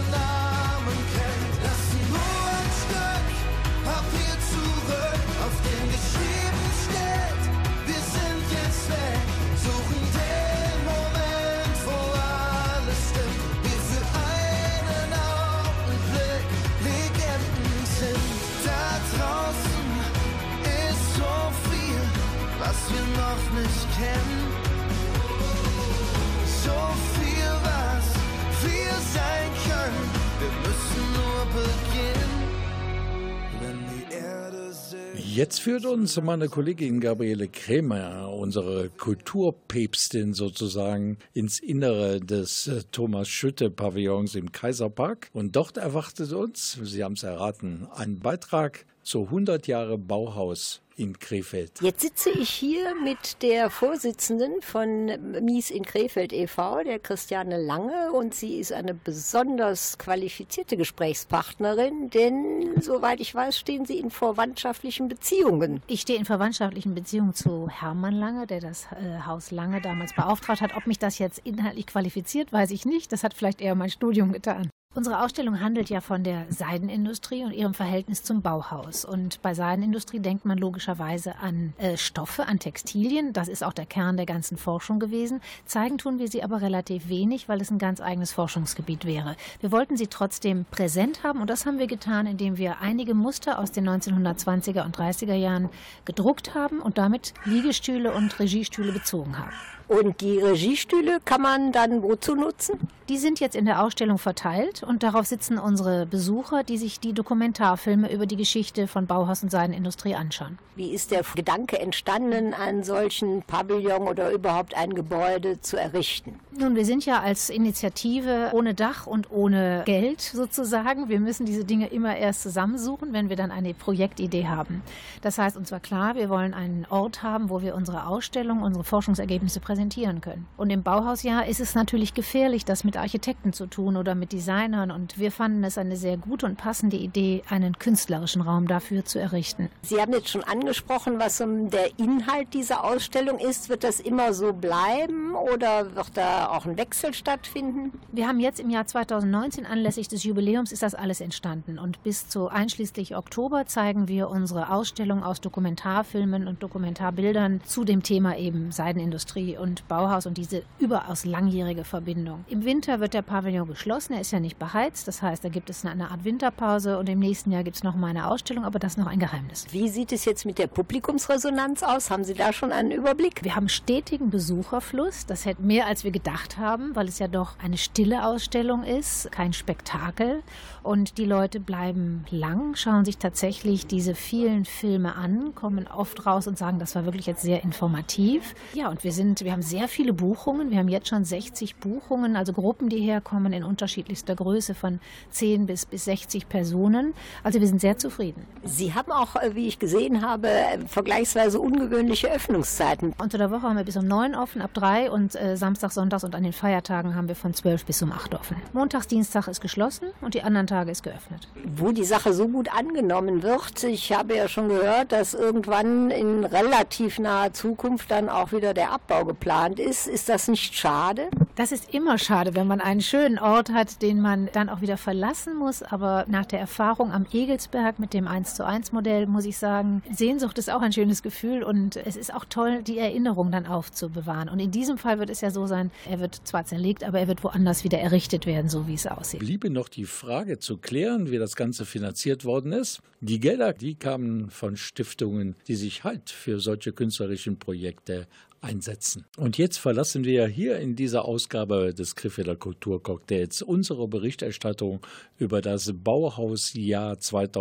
Jetzt führt uns meine Kollegin Gabriele Krämer, unsere Kulturpäpstin sozusagen, ins Innere des Thomas-Schütte-Pavillons im Kaiserpark. Und dort erwartet uns, Sie haben es erraten, ein Beitrag zu 100 Jahre Bauhaus in Krefeld. Jetzt sitze ich hier mit der Vorsitzenden von Mies in Krefeld e.V., der Christiane Lange, und sie ist eine besonders qualifizierte Gesprächspartnerin, denn soweit ich weiß, stehen Sie in verwandtschaftlichen Beziehungen. Ich stehe in verwandtschaftlichen Beziehungen zu Hermann Lange, der das Haus Lange damals beauftragt hat. Ob mich das jetzt inhaltlich qualifiziert, weiß ich nicht. Das hat vielleicht eher mein Studium getan. Unsere Ausstellung handelt ja von der Seidenindustrie und ihrem Verhältnis zum Bauhaus. Und bei Seidenindustrie denkt man logischerweise an Stoffe, an Textilien. Das ist auch der Kern der ganzen Forschung gewesen. Zeigen tun wir sie aber relativ wenig, weil es ein ganz eigenes Forschungsgebiet wäre. Wir wollten sie trotzdem präsent haben und das haben wir getan, indem wir einige Muster aus den 1920er und 30er Jahren gedruckt haben und damit Liegestühle und Regiestühle bezogen haben. Und die Regiestühle kann man dann wozu nutzen? Die sind jetzt in der Ausstellung verteilt und darauf sitzen unsere Besucher, die sich die Dokumentarfilme über die Geschichte von Bauhaus und Seidenindustrie anschauen. Wie ist der Gedanke entstanden, einen solchen Pavillon oder überhaupt ein Gebäude zu errichten? Nun, wir sind ja als Initiative ohne Dach und ohne Geld sozusagen. Wir müssen diese Dinge immer erst zusammensuchen, wenn wir dann eine Projektidee haben. Das heißt, uns war klar, wir wollen einen Ort haben, wo wir unsere Ausstellung, unsere Forschungsergebnisse präsentieren können. Und im Bauhausjahr ist es natürlich gefährlich, das mit Architekten zu tun oder mit Designern. Und wir fanden es eine sehr gute und passende Idee, einen künstlerischen Raum dafür zu errichten. Sie haben jetzt schon angesprochen, was der Inhalt dieser Ausstellung ist. Wird das immer so bleiben oder wird da auch ein Wechsel stattfinden? Wir haben jetzt im Jahr 2019, anlässlich des Jubiläums, ist das alles entstanden. Und bis zu einschließlich Oktober zeigen wir unsere Ausstellung aus Dokumentarfilmen und Dokumentarbildern zu dem Thema eben Seidenindustrie und Bauhaus und diese überaus langjährige Verbindung. Im Winter wird der Pavillon geschlossen, er ist ja nicht beheizt, das heißt, da gibt es eine Art Winterpause und im nächsten Jahr gibt es noch mal eine Ausstellung, aber das ist noch ein Geheimnis. Wie sieht es jetzt mit der Publikumsresonanz aus? Haben Sie da schon einen Überblick? Wir haben stetigen Besucherfluss, das hätte mehr als wir gedacht haben, weil es ja doch eine stille Ausstellung ist, kein Spektakel und die Leute bleiben lang, schauen sich tatsächlich diese vielen Filme an, kommen oft raus und sagen, das war wirklich jetzt sehr informativ. Ja, und wir haben sehr viele Buchungen. Wir haben jetzt schon 60 Buchungen, also Gruppen, die herkommen in unterschiedlichster Größe von 10 bis 60 Personen. Also wir sind sehr zufrieden. Sie haben auch, wie ich gesehen habe, vergleichsweise ungewöhnliche Öffnungszeiten. Unter der Woche haben wir bis um 9 offen, ab 3 und Samstag, Sonntags und an den Feiertagen haben wir von 12 bis um 8 offen. Montags, Dienstag ist geschlossen und die anderen Tage ist geöffnet. Wo die Sache so gut angenommen wird, ich habe ja schon gehört, dass irgendwann in relativ naher Zukunft dann auch wieder der Abbau geplant ist. Ist das nicht schade? Das ist immer schade, wenn man einen schönen Ort hat, den man dann auch wieder verlassen muss. Aber nach der Erfahrung am Egelsberg mit dem 1:1-Modell muss ich sagen, Sehnsucht ist auch ein schönes Gefühl und es ist auch toll, die Erinnerung dann aufzubewahren. Und in diesem Fall wird es ja so sein, er wird zwar zerlegt, aber er wird woanders wieder errichtet werden, so wie es aussieht. Bliebe noch die Frage zu klären, wie das Ganze finanziert worden ist. Die Gelder, die kamen von Stiftungen, die sich halt für solche künstlerischen Projekte einsetzen. Und jetzt verlassen wir hier in dieser Ausgabe des Krefelder Kulturcocktails unsere Berichterstattung über das Bauhausjahr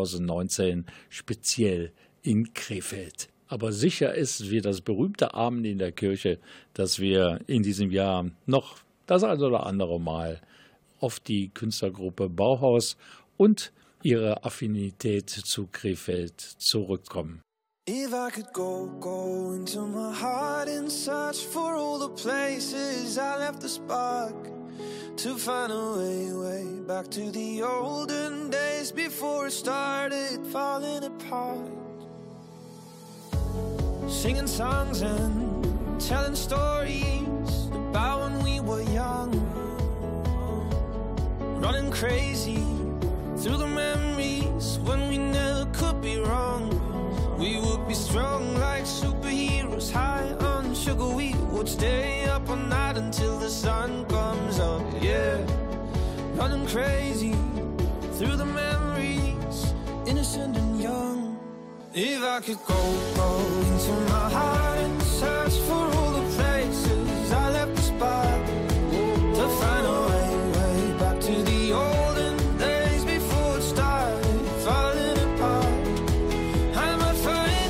2019, speziell in Krefeld. Aber sicher ist, wie das berühmte Amen in der Kirche, dass wir in diesem Jahr noch das ein oder andere Mal auf die Künstlergruppe Bauhaus und ihre Affinität zu Krefeld zurückkommen. If I could go into my heart and search for all the places I left the spark, to find a way back to the olden days before it started falling apart. Singing songs and telling stories about when we were young, running crazy through the memories when we never could be wrong. We would be strong like superheroes, high on sugar. We would stay up all night until the sun comes up, yeah. Running crazy through the memories, innocent and young. If I could go into my heart and search for all the places I left the spot, to find a way back to the olden days before it started falling apart. I might find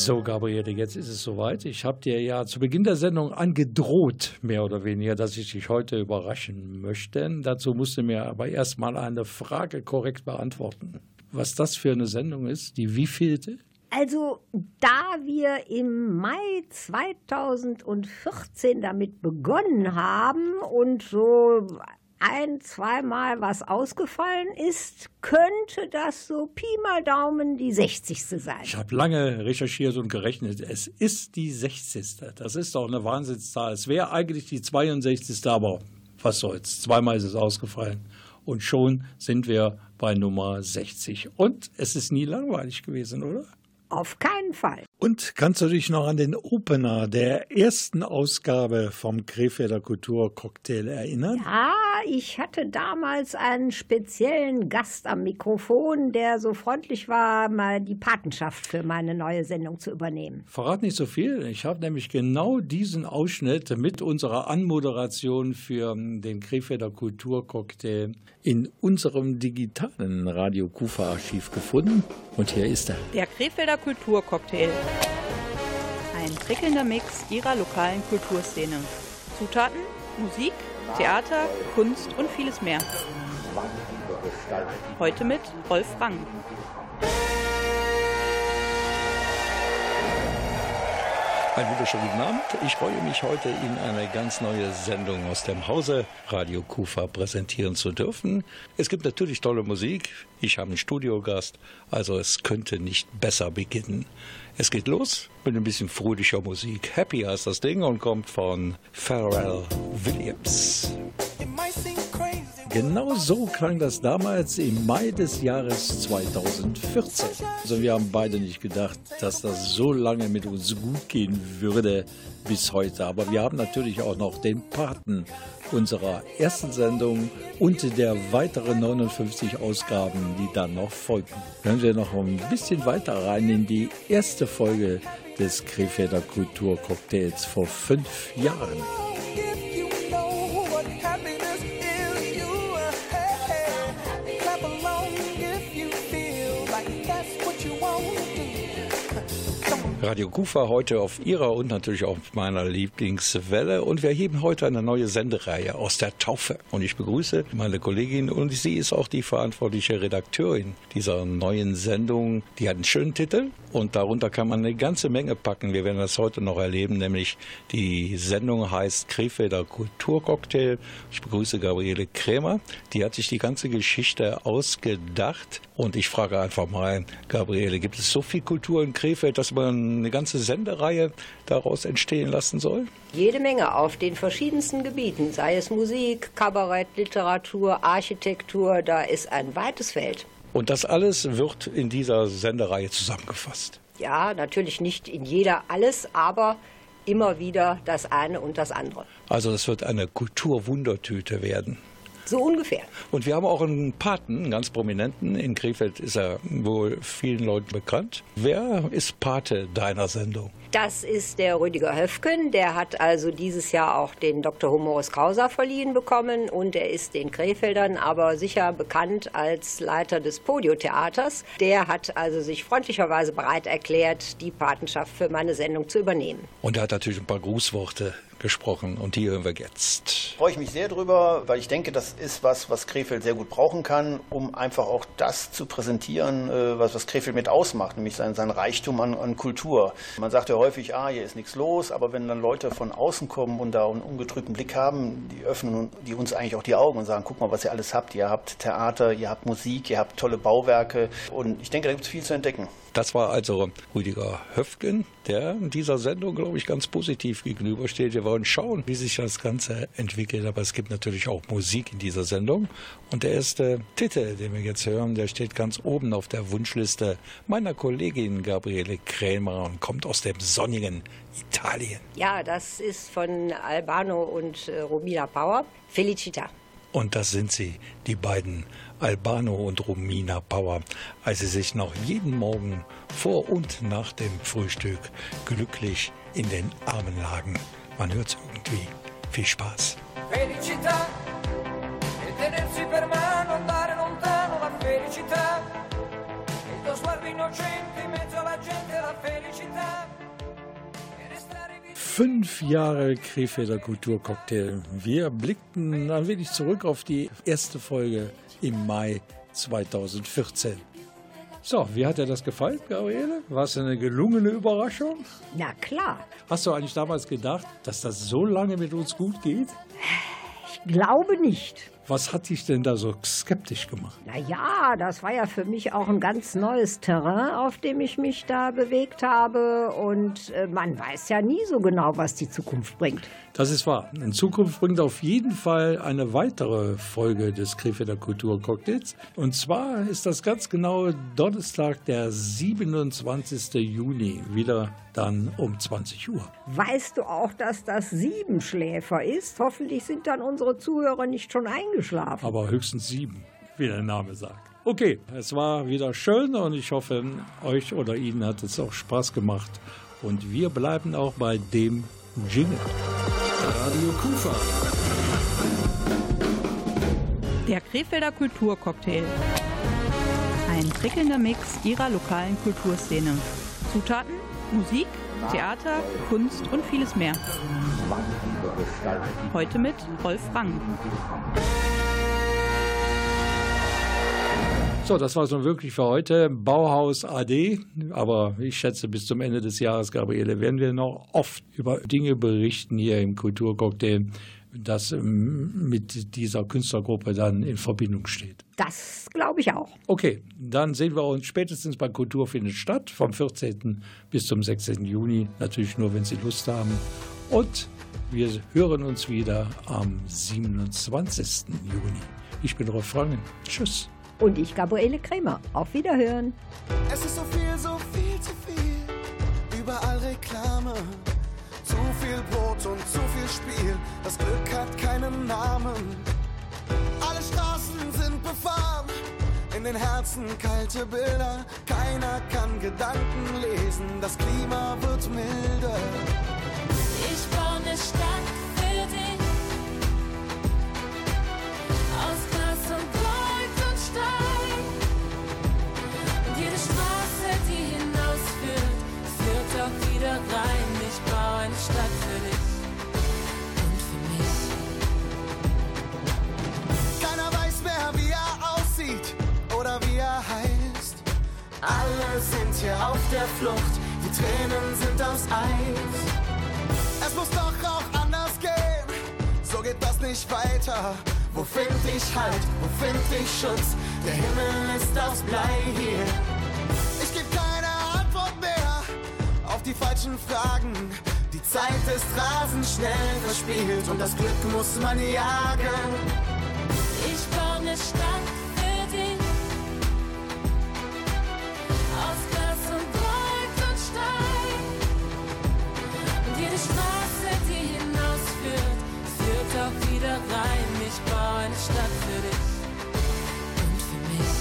So, Gabriele, jetzt ist es soweit. Ich habe dir ja zu Beginn der Sendung angedroht, mehr oder weniger, dass ich dich heute überraschen möchte. Dazu musst du mir aber erstmal eine Frage korrekt beantworten. Was das für eine Sendung ist, die wievielte? Also, da wir im Mai 2014 damit begonnen haben und so zweimal was ausgefallen ist, könnte das so Pi mal Daumen die 60. sein. Ich habe lange recherchiert und gerechnet. Es ist die 60. Das ist doch eine Wahnsinnszahl. Es wäre eigentlich die 62. Aber was soll's. Zweimal ist es ausgefallen. Und schon sind wir bei Nummer 60. Und es ist nie langweilig gewesen, oder? Auf keinen Fall. Und kannst du dich noch an den Opener der ersten Ausgabe vom Krefelder Kulturcocktail erinnern? Ja, ich hatte damals einen speziellen Gast am Mikrofon, der so freundlich war, mal die Patenschaft für meine neue Sendung zu übernehmen. Verrat nicht so viel. Ich habe nämlich genau diesen Ausschnitt mit unserer Anmoderation für den Krefelder Kulturcocktail in unserem digitalen Radio Kufa-Archiv gefunden. Und hier ist er. Der Krefelder Kulturcocktail. Ein prickelnder Mix ihrer lokalen Kulturszene. Zutaten, Musik, Theater, Kunst und vieles mehr. Heute mit Rolf Rang. Einen wunderschönen guten Abend. Ich freue mich, heute Ihnen eine ganz neue Sendung aus dem Hause Radio Kufa präsentieren zu dürfen. Es gibt natürlich tolle Musik. Ich habe einen Studiogast, also es könnte nicht besser beginnen. Es geht los mit ein bisschen fröhlicher Musik. Happy heißt das Ding und kommt von Pharrell Williams. Genau so klang das damals im Mai des Jahres 2014. Also wir haben beide nicht gedacht, dass das so lange mit uns gut gehen würde bis heute. Aber wir haben natürlich auch noch den Paten unserer ersten Sendung und der weiteren 59 Ausgaben, die dann noch folgen. Hören wir noch ein bisschen weiter rein in die erste Folge des Krefelder Kulturcocktails vor 5 Jahren. Radio Kufa heute auf Ihrer und natürlich auch auf meiner Lieblingswelle. Und wir heben heute eine neue Sendereihe aus der Taufe. Und ich begrüße meine Kollegin und sie ist auch die verantwortliche Redakteurin dieser neuen Sendung. Die hat einen schönen Titel und darunter kann man eine ganze Menge packen. Wir werden das heute noch erleben, nämlich die Sendung heißt Krefelder Kulturcocktail. Ich begrüße Gabriele Krämer. Die hat sich die ganze Geschichte ausgedacht. Und ich frage einfach mal, Gabriele, gibt es so viel Kultur in Krefeld, dass man eine ganze Sendereihe daraus entstehen lassen soll? Jede Menge auf den verschiedensten Gebieten, sei es Musik, Kabarett, Literatur, Architektur, da ist ein weites Feld. Und das alles wird in dieser Sendereihe zusammengefasst? Ja, natürlich nicht in jeder alles, aber immer wieder das eine und das andere. Also das wird eine Kulturwundertüte werden. So ungefähr. Und wir haben auch einen Paten, einen ganz prominenten. In Krefeld ist er wohl vielen Leuten bekannt. Wer ist Pate deiner Sendung? Das ist der Rüdiger Höfgen. Der hat also dieses Jahr auch den Dr. Honoris Causa verliehen bekommen. Und er ist den Krefeldern aber sicher bekannt als Leiter des Podio-Theaters. Der hat also sich freundlicherweise bereit erklärt, die Patenschaft für meine Sendung zu übernehmen. Und er hat natürlich ein paar Grußworte gesprochen und die hören wir jetzt. Freue ich mich sehr drüber, weil ich denke, das ist was Krefeld sehr gut brauchen kann, um einfach auch das zu präsentieren, was Krefeld mit ausmacht, nämlich sein Reichtum an Kultur. Man sagt ja häufig, hier ist nichts los, aber wenn dann Leute von außen kommen und da einen ungetrübten Blick haben, die öffnen die uns eigentlich auch die Augen und sagen, guck mal, was ihr alles habt. Ihr habt Theater, ihr habt Musik, ihr habt tolle Bauwerke und ich denke, da gibt es viel zu entdecken. Das war also Rüdiger Höfgen, der dieser Sendung, glaube ich, ganz positiv gegenübersteht. Wir wollen schauen, wie sich das Ganze entwickelt. Aber es gibt natürlich auch Musik in dieser Sendung. Und der erste Titel, den wir jetzt hören, der steht ganz oben auf der Wunschliste meiner Kollegin Gabriele Krämer und kommt aus dem sonnigen Italien. Ja, das ist von Albano und Romina Power. Felicita. Und das sind sie, die beiden Albano und Romina Power, als sie sich noch jeden Morgen vor und nach dem Frühstück glücklich in den Armen lagen. Man hört es irgendwie. Viel Spaß. Felicità, e tenersi per mano, andare lontano, la felicità, il tuo sguardo innocente in mezzo alla gente, la felicità. 5 Jahre Krefelder Kulturcocktail. Wir blickten ein wenig zurück auf die erste Folge im Mai 2014. So, wie hat dir das gefallen, Gabriele? War es eine gelungene Überraschung? Na klar. Hast du eigentlich damals gedacht, dass das so lange mit uns gut geht? Ich glaube nicht. Was hat dich denn da so skeptisch gemacht? Naja, das war ja für mich auch ein ganz neues Terrain, auf dem ich mich da bewegt habe. Und man weiß ja nie so genau, was die Zukunft bringt. Das ist wahr. In Zukunft bringt auf jeden Fall eine weitere Folge des Krefelder Kulturcocktails. Und zwar ist das ganz genau Donnerstag, der 27. Juni, wieder dann um 20 Uhr. Weißt du auch, dass das Siebenschläfer ist? Hoffentlich sind dann unsere Zuhörer nicht schon eingeschlafen. Aber höchstens 7, wie der Name sagt. Okay, es war wieder schön und ich hoffe, euch oder Ihnen hat es auch Spaß gemacht. Und wir bleiben auch bei dem Jingle. Radio Kufa. Der Krefelder Kulturcocktail. Ein prickelnder Mix ihrer lokalen Kulturszene. Zutaten, Musik, Theater, Kunst und vieles mehr. Heute mit Rolf Rang. So, das war es nun wirklich für heute. Bauhaus AD. Aber ich schätze, bis zum Ende des Jahres, Gabriele, werden wir noch oft über Dinge berichten hier im Kulturcocktail, das mit dieser Künstlergruppe dann in Verbindung steht. Das glaube ich auch. Okay, dann sehen wir uns spätestens bei Kultur findet statt, vom 14. bis zum 16. Juni. Natürlich nur, wenn Sie Lust haben. Und wir hören uns wieder am 27. Juni. Ich bin Rolf Rangen. Tschüss. Und ich, Gabriele Krämer. Auf Wiederhören. Es ist so viel zu viel. Überall Reklame. Zu viel Brot und zu viel Spiel. Das Glück hat keinen Namen. Alle Straßen sind befahren. In den Herzen kalte Bilder. Keiner kann Gedanken lesen. Das Klima wird milder. Ich baue eine Stadt für dich. Aus Glas und Gold und Stein. Und jede Straße, die hinausführt, führt auch wieder rein. Ich baue eine Stadt für dich und für mich. Keiner weiß mehr, wie er aussieht oder wie er heißt. Alle sind hier auf der Flucht, die Tränen sind aus Eis. Es muss doch auch anders gehen, so geht das nicht weiter. Wo find ich Halt, wo find ich Schutz? Der Himmel ist aus Blei hier. Ich geb keine Antwort mehr auf die falschen Fragen. Die Zeit ist rasend schnell verspielt und das Glück muss man jagen. Ich baue eine Stadt für dich. Aus Glas und Gold und Stein. Und jede Straße, die hinausführt, führt auch wieder rein. Ich baue eine Stadt für dich und für mich.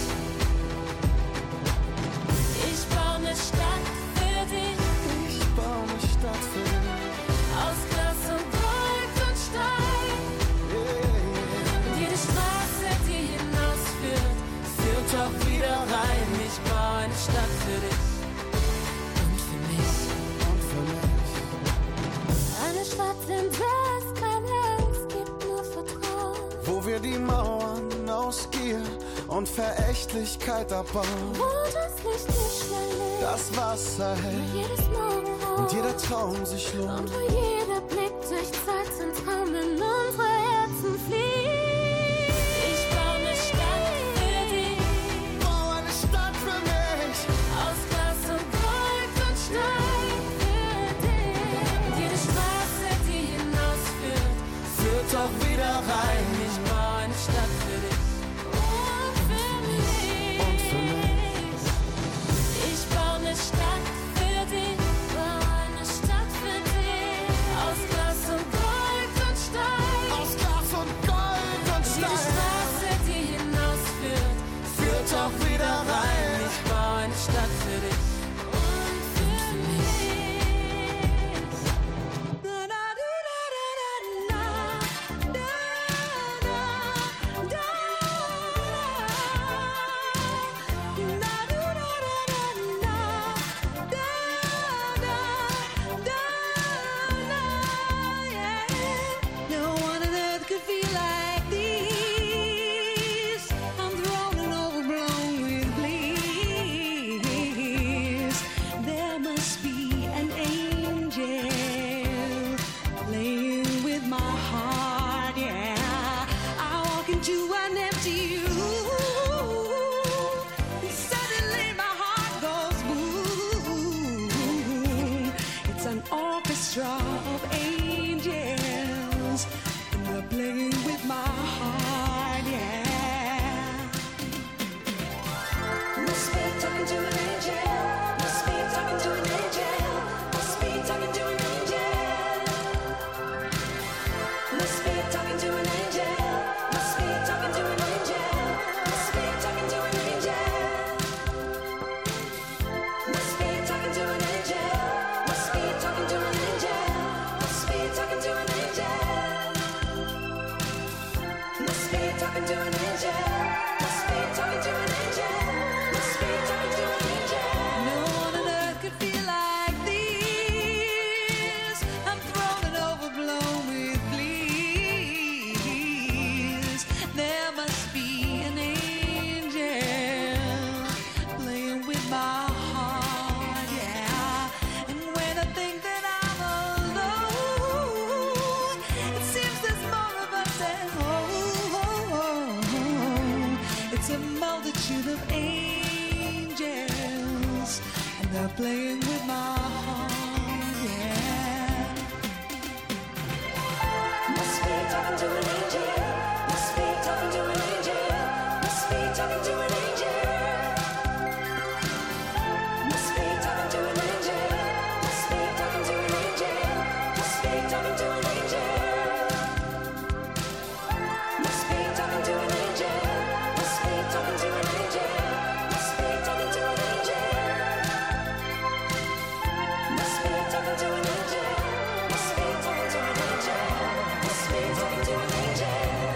Ich baue eine Stadt für dich. Ich baue eine Stadt für dich. Aus Glas und Gold und Stein. Und jede Straße, die hinausführt, führt auch wieder rein. Ich baue eine Stadt für dich und für mich. Und für mich. Eine Stadt, in der es keine Angst gibt, nur Vertrauen. Wo wir die Mauern aus Gier und Verächtlichkeit abbauen. Wo das Licht nicht schnell lebt, Das Wasser und hält jedes Morgenrot. und jeder Traum sich Und lohnt. wo jeder Blick durch Zeit zum Traum in unsere Herzen fliegt. Ich baue eine Stadt für dich. Bau eine Stadt für mich. Aus Glas und Gold und Stein für dich. Und jede Straße, die hinausführt, Führt auch wieder rein. ich baue eine Stadt für dich und für mich. Und für mich. Ich baue eine Stadt für dich, baue eine Stadt für dich. playing with my heart, yeah. Must be talking to an angel. Must be talking to an angel. Must be talking to an angel. Must be talking to an angel. Must be talking to an angel. Must be talking to an angel. Must be talking to an angel. Must be talking to an angel. Must be talking to an angel. Must be talking to an angel. Must be talking to an angel. Must be talking to an angel. No one on earth could feel like this. I'm thrown and overblown with bliss. There must be an angel playing with my heart, yeah. And when I think that I'm alone, it seems there's more of us at home. It's a multitude of angels, and they're playing with my heart, yeah. Must be talking to an angel. Must be talking to an angel. Must be talking to an angel. Must be talking to an angel. Must be talking to an angel. Must be talking to an angel. Must be talking to an angel. Must be talking to an angel. Must be talking to an angel. Must be talking to an angel. Must be talking to an angel. Must be talking to an angel.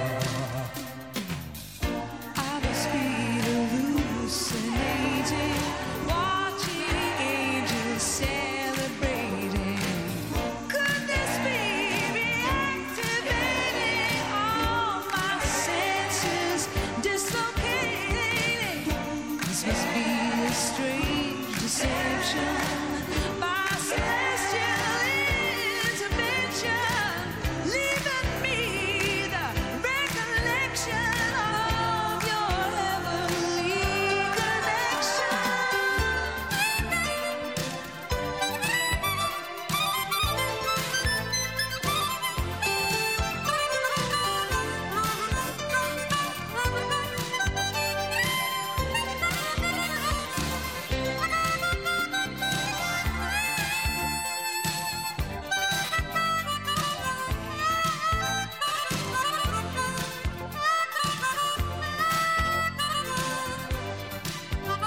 I must be hallucinating, watching angels celebrating. Could this be reactivating all my senses, dislocating? This must be a strange deception by celestial intervention, leaving me the recollection of your heavenly connection.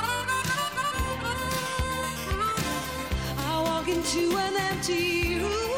I walk into an empty room.